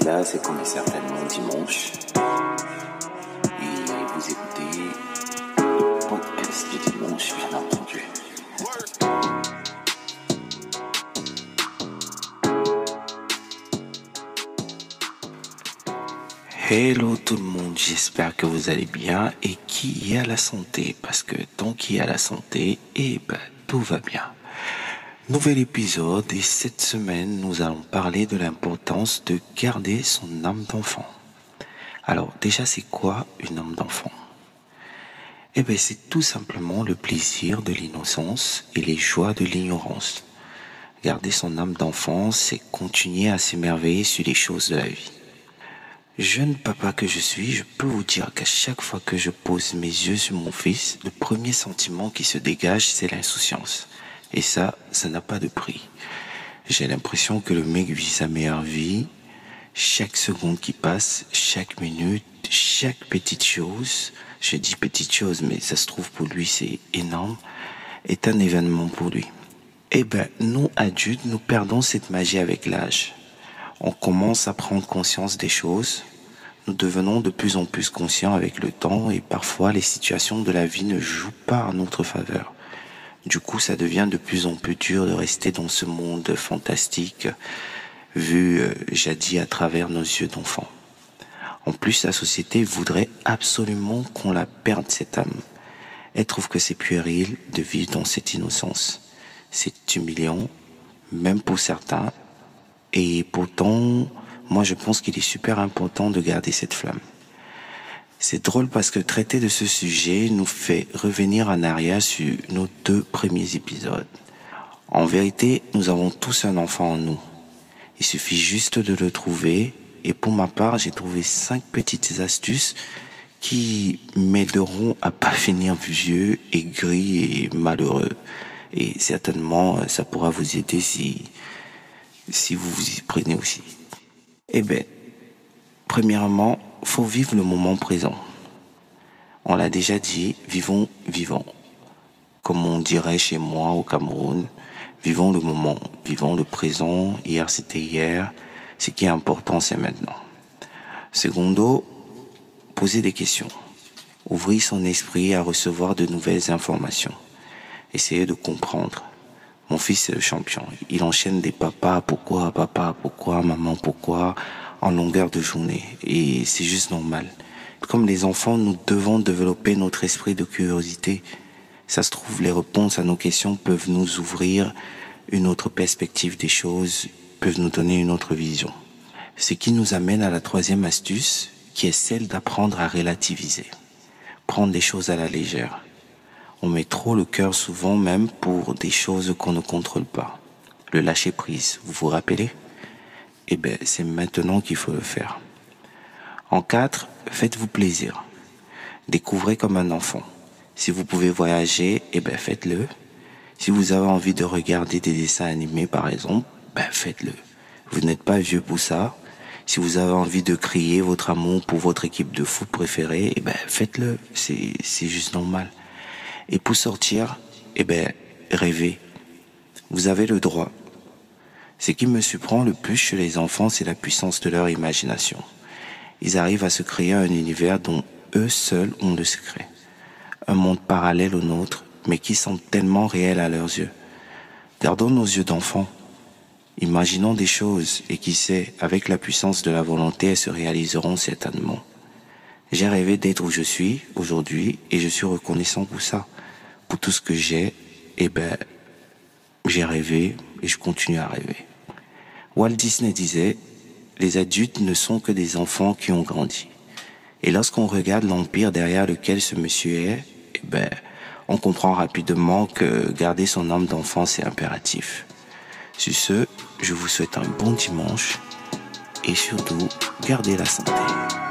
Là, c'est qu'on est certainement dimanche. Et vous écoutez le podcast du dimanche, bien entendu. Hello tout le monde, j'espère que vous allez bien et qui a la santé, parce que tant qu'il y a la santé, tout va bien. Nouvel épisode et cette semaine, nous allons parler de l'importance de garder son âme d'enfant. Alors déjà, c'est quoi une âme d'enfant ? C'est tout simplement le plaisir de l'innocence et les joies de l'ignorance. Garder son âme d'enfant, c'est continuer à s'émerveiller sur les choses de la vie. Jeune papa que je suis, je peux vous dire qu'à chaque fois que je pose mes yeux sur mon fils, le premier sentiment qui se dégage, c'est l'insouciance. Et ça n'a pas de prix. J'ai l'impression que le mec vit sa meilleure vie. Chaque seconde qui passe, chaque minute, chaque petite chose, je dis petite chose, mais ça se trouve pour lui c'est énorme, est un événement pour lui. Nous adultes, nous perdons cette magie avec l'âge. On commence à prendre conscience des choses. Nous devenons de plus en plus conscients avec le temps et parfois les situations de la vie ne jouent pas en notre faveur. Du coup, ça devient de plus en plus dur de rester dans ce monde fantastique vu jadis à travers nos yeux d'enfant. En plus, la société voudrait absolument qu'on la perde cette âme. Elle trouve que c'est puéril de vivre dans cette innocence. C'est humiliant, même pour certains. Et pourtant, moi je pense qu'il est super important de garder cette flamme. C'est drôle parce que traiter de ce sujet nous fait revenir en arrière sur nos 2 premiers épisodes. En vérité, nous avons tous un enfant en nous. Il suffit juste de le trouver. Et pour ma part, j'ai trouvé 5 petites astuces qui m'aideront à pas finir vieux, aigri et malheureux. Et certainement, ça pourra vous aider si vous vous y prenez aussi. Premièrement, faut vivre le moment présent. On l'a déjà dit, vivons vivant. Comme on dirait chez moi au Cameroun, vivons le moment, vivons le présent. Hier c'était hier, ce qui est important c'est maintenant. Secondo, poser des questions. Ouvrir son esprit à recevoir de nouvelles informations. Essayer de comprendre. Mon fils c'est le champion. Il enchaîne des papa, pourquoi, maman, pourquoi, en longueur de journée. Et c'est juste normal. Comme les enfants, nous devons développer notre esprit de curiosité. Ça se trouve, les réponses à nos questions peuvent nous ouvrir une autre perspective des choses, peuvent nous donner une autre vision. Ce qui nous amène à la 3e astuce, qui est celle d'apprendre à relativiser. Prendre les choses à la légère. On met trop le cœur souvent même pour des choses qu'on ne contrôle pas. Le lâcher prise, vous vous rappelez ? C'est maintenant qu'il faut le faire. En 4, faites-vous plaisir. Découvrez comme un enfant. Si vous pouvez voyager, faites-le. Si vous avez envie de regarder des dessins animés par exemple, faites-le. Vous n'êtes pas vieux pour ça. Si vous avez envie de crier votre amour pour votre équipe de foot préférée, faites-le. C'est juste normal. Et pour sortir, rêvez. Vous avez le droit. Ce qui me surprend le plus chez les enfants, c'est la puissance de leur imagination. Ils arrivent à se créer un univers dont eux seuls ont le secret. Un monde parallèle au nôtre, mais qui semble tellement réel à leurs yeux. Gardons nos yeux d'enfants. Imaginons des choses et qui sait, avec la puissance de la volonté, elles se réaliseront certainement. J'ai rêvé d'être où je suis aujourd'hui et je suis reconnaissant pour ça. Pour tout ce que j'ai, j'ai rêvé et je continue à rêver. Walt Disney disait, les adultes ne sont que des enfants qui ont grandi. Et lorsqu'on regarde l'empire derrière lequel ce monsieur est, on comprend rapidement que garder son âme d'enfant, c'est impératif. Sur ce, je vous souhaite un bon dimanche et surtout, gardez la santé.